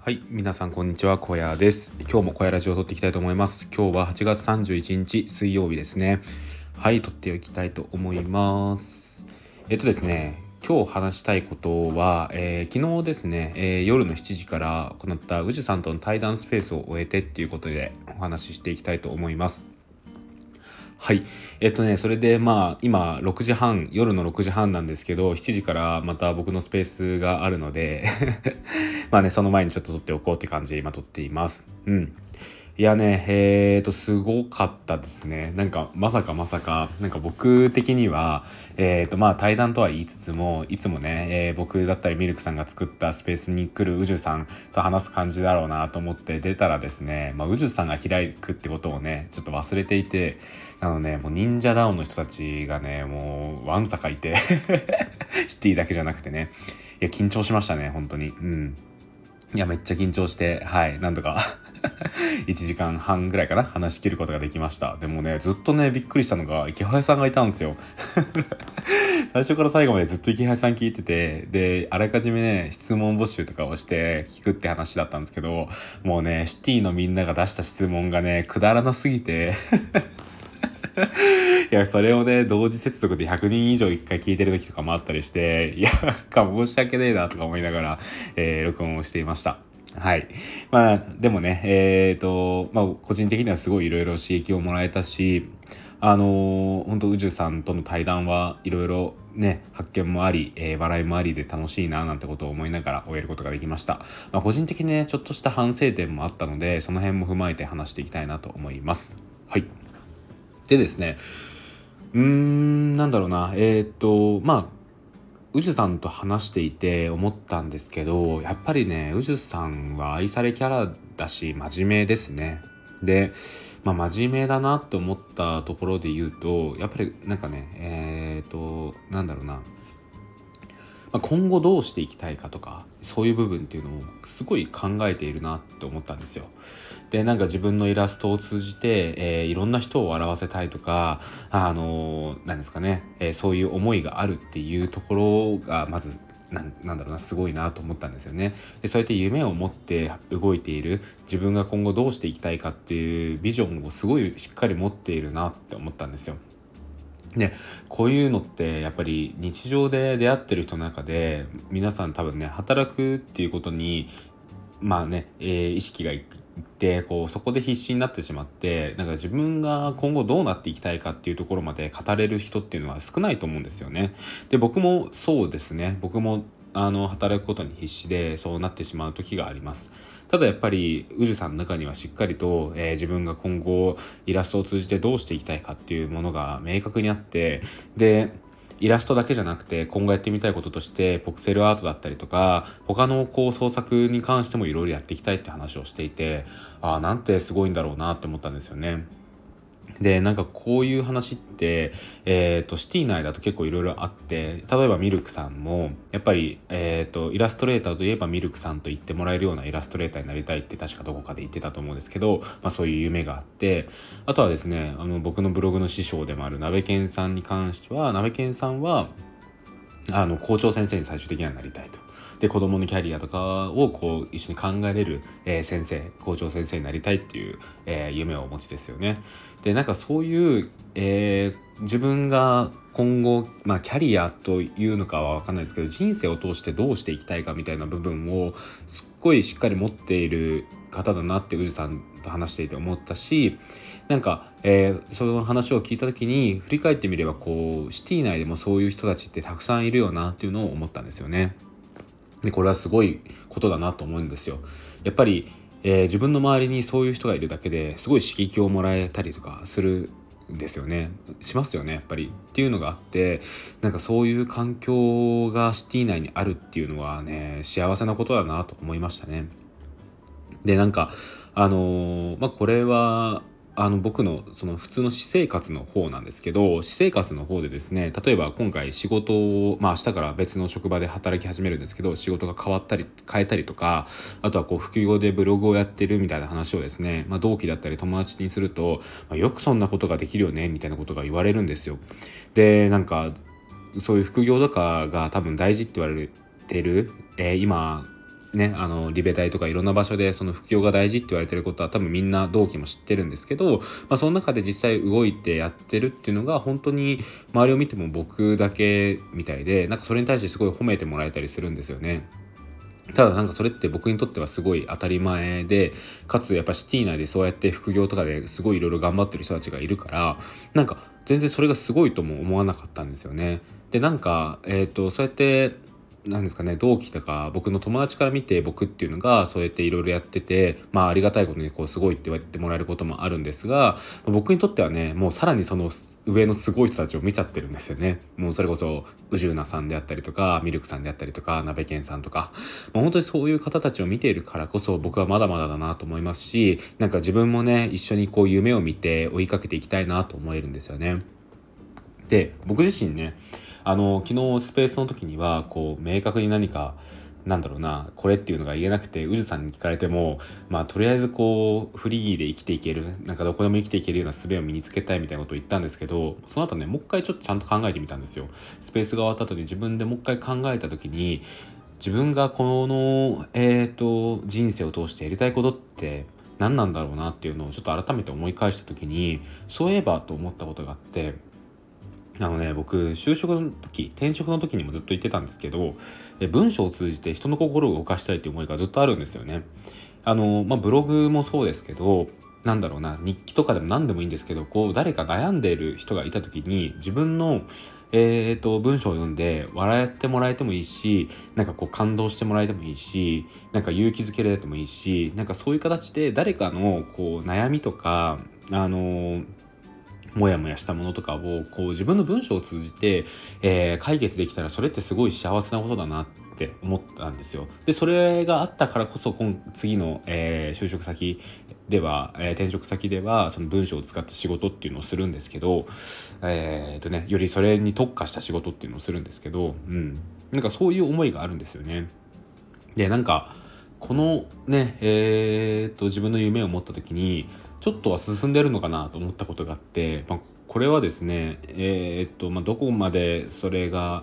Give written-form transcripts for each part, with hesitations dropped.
はい、皆さんこんにちは、小屋です。今日も小屋ラジオを撮っていきたいと思います。今日は8月31日水曜日ですね。はい、撮っていきたいと思います。ですね、今日話したいことは、昨日ですね、夜の7時から行った宇治さんとの対談スペースを終えてっていうことでお話ししていきたいと思います。はい。それで今夜の6時半なんですけど、7時からまた僕のスペースがあるのでその前にちょっと撮っておこうって感じで今撮っています。いやね、すごかったですね。なんか僕的には、対談とは言いつつも、いつもね、僕だったりミルクさんが作ったスペースに来る宇治さんと話す感じだろうなと思って出たらですね、宇治さんが開くってことをね、ちょっと忘れていて、もう忍者ダウンの人たちがね、もうわんさかいてシティだけじゃなくてね、いや、緊張しましたね、本当に。いや、めっちゃ緊張して、なんとか1時間半ぐらいかな、話し切ることができました。でもね、ずっとね、びっくりしたのが、池原さんがいたんですよ。最初から最後までずっと池原さん聞いてて、で、あらかじめね、質問募集とかをして聞くって話だったんですけど、もうね、シティのみんなが出した質問がね、くだらなすぎていや、それをね、同時接続で100人以上一回聞いてる時とかもあったりして、いや、なんか申し訳ねえなとか思いながら、録音をしていました。はい。でもね、個人的にはすごいいろいろ刺激をもらえたし、本当宇宙さんとの対談はいろいろね、発見もあり、笑いもありで楽しいななんてことを思いながら終えることができました。個人的にね、ちょっとした反省点もあったので、その辺も踏まえて話していきたいなと思います。はい。でですね、なんだろうな、宇治さんと話していて思ったんですけど、やっぱりね、宇治さんは愛されキャラだし、真面目ですね。で、真面目だなと思ったところで言うと、やっぱりなんかね、なんだろうな、今後どうしていきたいかとか、そういう部分っていうのをすごい考えているなって思ったんですよ。で、なんか自分のイラストを通じて、いろんな人を笑わせたいとか、なんですかね、そういう思いがあるっていうところがまずなんだろうな、すごいなと思ったんですよね。で、そうやって夢を持って動いている、自分が今後どうしていきたいかっていうビジョンをすごいしっかり持っているなって思ったんですよ。で、こういうのってやっぱり日常で出会ってる人の中で皆さん多分ね、働くっていうことに意識がいってこうそこで必死になってしまって、なんか自分が今後どうなっていきたいかっていうところまで語れる人っていうのは少ないと思うんですよね。で、僕もそうですね。僕も働くことに必死でそうなってしまう時があります。ただやっぱり宇治さんの中にはしっかりと、自分が今後イラストを通じてどうしていきたいかっていうものが明確にあって、でイラストだけじゃなくて今後やってみたいこととしてポクセルアートだったりとか他の創作に関してもいろいろやっていきたいって話をしていて、なんてすごいんだろうなって思ったんですよね。で、なんかこういう話って、シティ内だと結構いろいろあって、例えばミルクさんもやっぱり、イラストレーターといえばミルクさんと言ってもらえるようなイラストレーターになりたいって確かどこかで言ってたと思うんですけど、そういう夢があって、あとはですね、僕のブログの師匠でもある鍋健さんに関しては、鍋健さんは校長先生に最終的にはなりたいと。で、子供のキャリアとかをこう一緒に考えれる、校長先生になりたいっていう、夢をお持ちですよね。で、なんかそういう、自分が今後、キャリアというのかは分かんないですけど、人生を通してどうしていきたいかみたいな部分をすっごいしっかり持っている方だなって宇治さんと話していて思ったし、なんか、その話を聞いた時に振り返ってみればこうシティ内でもそういう人たちってたくさんいるよなっていうのを思ったんですよね。で、これはすごいことだなと思うんですよ。やっぱり、自分の周りにそういう人がいるだけですごい刺激をもらえたりとかするんですよね。しますよね、やっぱりっていうのがあって、なんかそういう環境がシティ内にあるっていうのはね、幸せなことだなと思いましたね。で、なんかこれは僕のその普通の私生活の方なんですけど、私生活の方でですね、例えば今回仕事を明日から別の職場で働き始めるんですけど、仕事が変えたりとか、あとはこう副業でブログをやってるみたいな話をですね、同期だったり友達にすると、よくそんなことができるよねみたいなことが言われるんですよ。で、なんかそういう副業とかが多分大事って言われてる、今ね、リベ大とかいろんな場所でその副業が大事って言われてることは多分みんな同期も知ってるんですけど、その中で実際動いてやってるっていうのが本当に周りを見ても僕だけみたいで、なんかそれに対してすごい褒めてもらえたりするんですよね。ただなんかそれって僕にとってはすごい当たり前で、かつやっぱシティ内でそうやって副業とかですごいいろいろ頑張ってる人たちがいるから、なんか全然それがすごいとも思わなかったんですよね。でなんかそうやってなんですかね、同期とか僕の友達から見て僕っていうのがそうやっていろいろやってて、ありがたいことにこうすごいって言われてもらえることもあるんですが、僕にとってはね、もうさらにその上のすごい人たちを見ちゃってるんですよね。もうそれこそ宇宙なさんであったりとかミルクさんであったりとか鍋健さんとか、本当にそういう方たちを見ているからこそ僕はまだまだだなと思いますし、なんか自分もね一緒にこう夢を見て追いかけていきたいなと思えるんですよね。で僕自身ね、昨日スペースの時にはこう明確に何かなんだろうな、これっていうのが言えなくて、宇治さんに聞かれてもとりあえずこうフリーで生きていける、なんかどこでも生きていけるような術を身につけたいみたいなことを言ったんですけど、その後ねもう一回ちょっとちゃんと考えてみたんですよ。スペースが終わった後に自分でもう一回考えた時に、自分がこの人生を通してやりたいことって何なんだろうなっていうのをちょっと改めて思い返した時に、そういえばと思ったことがあって、僕就職の時、転職の時にもずっと言ってたんですけど、文章を通じて人の心を動かしたいという思いがずっとあるんですよね。ブログもそうですけど、なんだろうな、日記とかでも何でもいいんですけど、こう誰か悩んでいる人がいた時に自分の文章を読んで笑ってもらえてもいいし、なんかこう感動してもらえてもいいし、なんか勇気づけられてもいいし、なんかそういう形で誰かのこう悩みとかモヤモヤしたものとかをこう自分の文章を通じて、解決できたらそれってすごい幸せなことだなって思ったんですよ。でそれがあったからこそ次の、就職先では、転職先ではその文章を使った仕事っていうのをするんですけど、よりそれに特化した仕事っていうのをするんですけど、なんかそういう思いがあるんですよね。でなんかこのね自分の夢を持った時にちょっとは進んでるのかなと思ったことがあって、これはですねどこまでそれが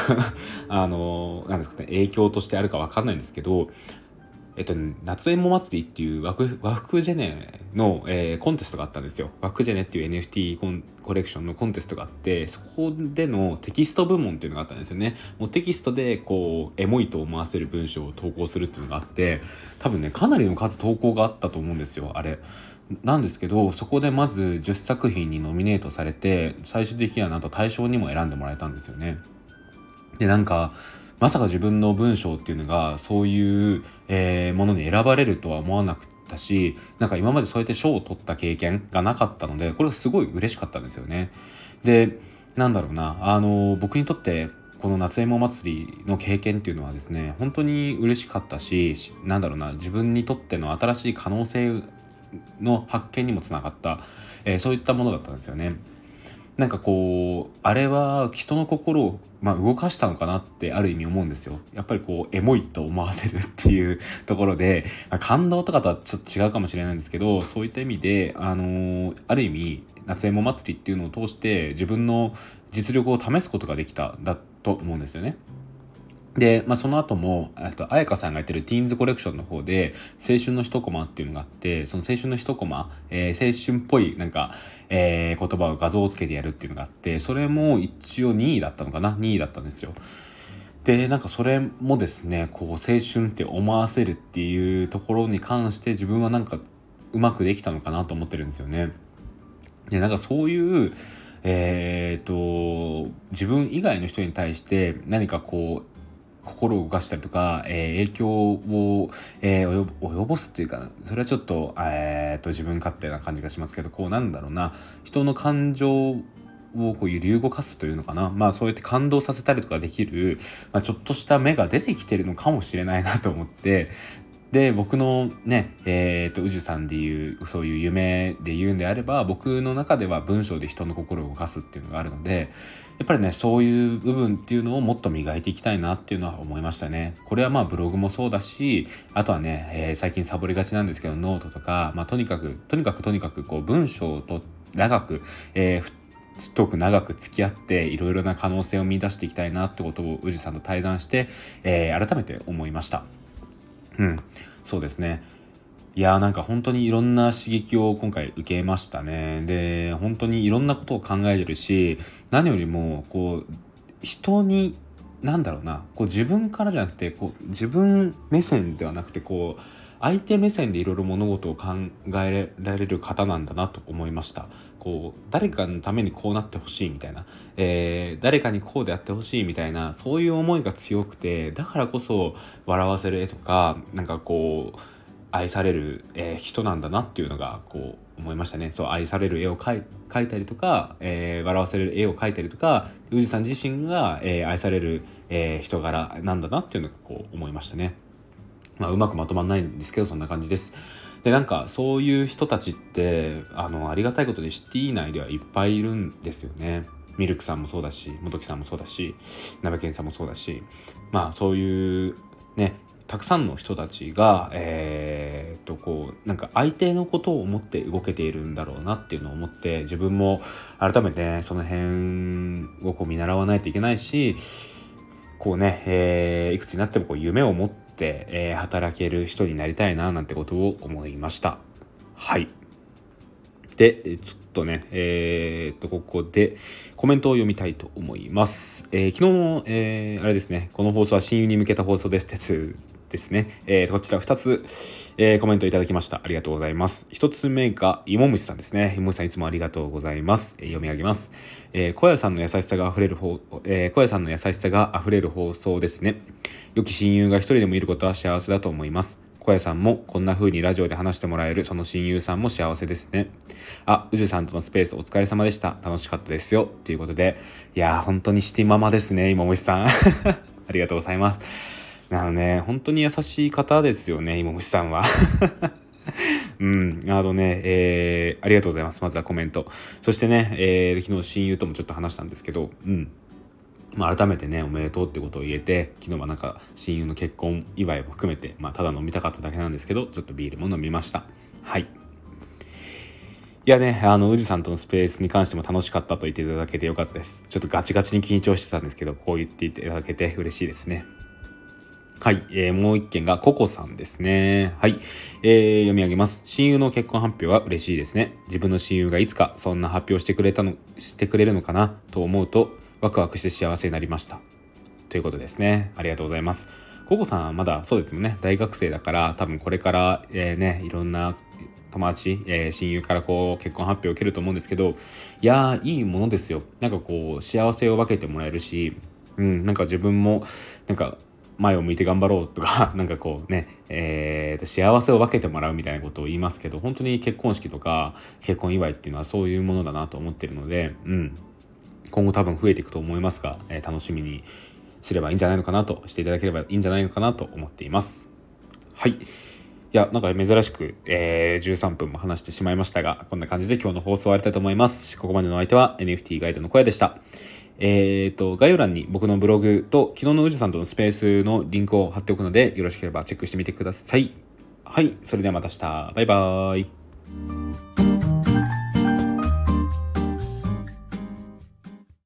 なんですかね、影響としてあるかわかんないんですけど、夏エモ祭りっていう和服ジェネの、コンテストがあったんですよ。和服ジェネっていう NFT コレクションのコンテストがあって、そこでのテキスト部門っていうのがあったんですよね。もうテキストでこうエモいと思わせる文章を投稿するっていうのがあって、多分ねかなりの数投稿があったと思うんですよ、あれ。なんですけど、そこでまず10作品にノミネートされて、最終的にはなんと大賞にも選んでもらえたんですよね。でなんかまさか自分の文章っていうのがそういう、ものに選ばれるとは思わなかったし、なんか今までそうやって賞を取った経験がなかったので、これはすごい嬉しかったんですよね。でなんだろうな、僕にとってこの夏芋祭りの経験っていうのはですね、本当に嬉しかったし、なんだろうな、自分にとっての新しい可能性の発見にもつながった、そういったものだったんですよね。なんかこうあれは人の心を、動かしたのかなってある意味思うんですよ。やっぱりこうエモいと思わせるっていうところで、感動とかとはちょっと違うかもしれないんですけど、そういった意味である意味夏エモ祭りっていうのを通して自分の実力を試すことができたんだと思うんですよね。で、その後も彩香さんがやってるティーンズコレクションの方で青春の一コマっていうのがあって、その青春の一コマ、青春っぽいなんか、言葉を画像をつけてやるっていうのがあって、それも一応2位だったのかな、2位だったんですよ。でなんかそれもですね、こう青春って思わせるっていうところに関して自分はなんかうまくできたのかなと思ってるんですよね。でなんかそういう自分以外の人に対して何かこう心を動かしたりとか、影響を、及ぼすっていうか、それはちょっと、自分勝手な感じがしますけど、こうなんだろうな、人の感情をこう揺り動かすというのかな、そうやって感動させたりとかできる、ちょっとした芽が出てきてるのかもしれないなと思って、で僕のね宇治さんでいうそういう夢で言うんであれば、僕の中では文章で人の心を動かすっていうのがあるので、やっぱりねそういう部分っていうのをもっと磨いていきたいなっていうのは思いましたね。これはブログもそうだし、あとはね、最近サボりがちなんですけどノートとか、とにかくこう文章と長く、太く長く付き合っていろいろな可能性を見出していきたいなってことを宇治さんと対談して、改めて思いました。 そうですね。いやーなんか本当にいろんな刺激を今回受けましたね。で、本当にいろんなことを考えてるし、何よりもこう人になんだろうな、こう自分からじゃなくてこう自分目線ではなくてこう相手目線でいろいろ物事を考えられる方なんだなと思いました。こう誰かのためにこうなってほしいみたいな、誰かにこうであってほしいみたいな、そういう思いが強くて、だからこそ笑わせる絵とかなんかこう愛される、人なんだなっていうのがこう思いましたね。そう愛される絵を描いたりとか、笑わせる絵を描いたりとか、宇治さん自身が、愛される、人柄なんだなっていうのがこう思いましたね。うまくまとまんないんですけどそんな感じです。でなんかそういう人たちってありがたいことでシティ内ではいっぱいいるんですよね。ミルクさんもそうだし、元木さんもそうだし、鍋健さんもそうだし、そういうねたくさんの人たちがこうなんか相手のことを思って動けているんだろうなっていうのを思って、自分も改めてその辺をこう見習わないといけないし、こうね、いくつになってもこう夢を持って、働ける人になりたいななんてことを思いました。はい。でちょっとねここでコメントを読みたいと思います。昨日も、あれですね、この放送は親友に向けた放送です鉄ですね。こちら2つ、コメントいただきました。ありがとうございます。1つ目が芋虫さんですね。芋虫さんいつもありがとうございます。読み上げます。小屋さんの優しさが溢れる小屋さんの優しさが溢れる放送ですね。良き親友が一人でもいることは幸せだと思います。小屋さんもこんな風にラジオで話してもらえるその親友さんも幸せですね。宇治さんとのスペースお疲れ様でした。楽しかったですよ。ということで、いやー本当にシティママですね、芋虫さん。ありがとうございます。本当に優しい方ですよね、芋虫さんは。ありがとうございます。まずはコメント。そしてね、昨日親友ともちょっと話したんですけど、改めてねおめでとうってことを言えて、昨日はなんか親友の結婚祝いも含めて、ただ飲みたかっただけなんですけど、ちょっとビールも飲みました。はい。いやね、宇治さんとのスペースに関しても楽しかったと言っていただけてよかったです。ちょっとガチガチに緊張してたんですけど、こう言っていただけて嬉しいですね。はい、もう一件がココさんですね。はい、読み上げます。親友の結婚発表は嬉しいですね。自分の親友がいつかそんな発表してくれるのかなと思うとワクワクして幸せになりましたということですね。ありがとうございます。ココさんはまだそうですもんね、大学生だから多分これから、いろんな友達、親友からこう結婚発表を受けると思うんですけど、いやーいいものですよ。なんかこう幸せを分けてもらえるし、なんか自分もなんか前を向いて頑張ろうとかなんかこうね、幸せを分けてもらうみたいなことを言いますけど、本当に結婚式とか結婚祝いっていうのはそういうものだなと思ってるので、今後多分増えていくと思いますが、楽しみにすればいいんじゃないのかなとしていただければいいんじゃないのかなと思っています。はい。いやなんか珍しく、13分も話してしまいましたが、こんな感じで今日の放送を終わりたいと思います。ここまでのお相手は NFT ガイドの小屋でした。概要欄に僕のブログと昨日の宇治さんとのスペースのリンクを貼っておくので、よろしければチェックしてみてください。はい、それではまた明日。バイバーイ。